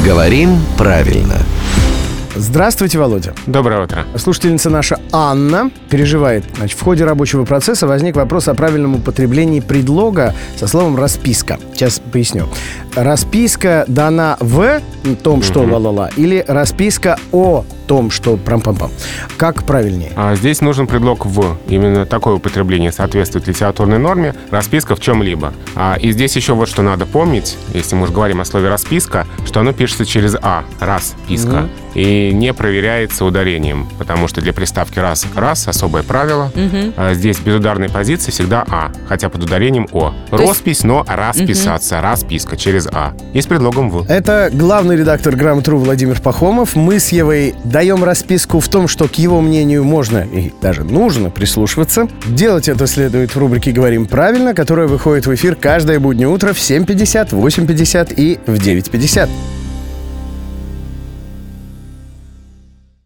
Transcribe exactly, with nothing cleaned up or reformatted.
Говорим правильно. Здравствуйте, Володя. Доброе утро. Слушательница наша Анна переживает. Значит, в ходе рабочего процесса возник вопрос о правильном употреблении предлога со словом «расписка». Сейчас поясню. Расписка дана в том, что Мгм. ла-ла-ла, или расписка о том, что прам-пам-пам. Как правильнее? А здесь нужен предлог «в». Именно такое употребление соответствует литературной норме. Расписка в чем-либо. А, и здесь еще вот что надо помнить, если мы уже говорим о слове «расписка», что оно пишется через «а». Расписка. Мгм. И не проверяется ударением, потому что для приставки «раз» «раз» особое правило. Мгм. А здесь без ударной позиции всегда «а», хотя под ударением «о». То есть- Роспись, но расписаться. Расписка через «а». И с предлогом «в». Это главный редактор «Грамотру» Владимир Пахомов. Мы с Евой даем расписку в том, что к его мнению можно и даже нужно прислушиваться. Делать это следует в рубрике «Говорим правильно», которая выходит в эфир каждое буднее утро в семь пятьдесят, восемь пятьдесят и в девять пятьдесят.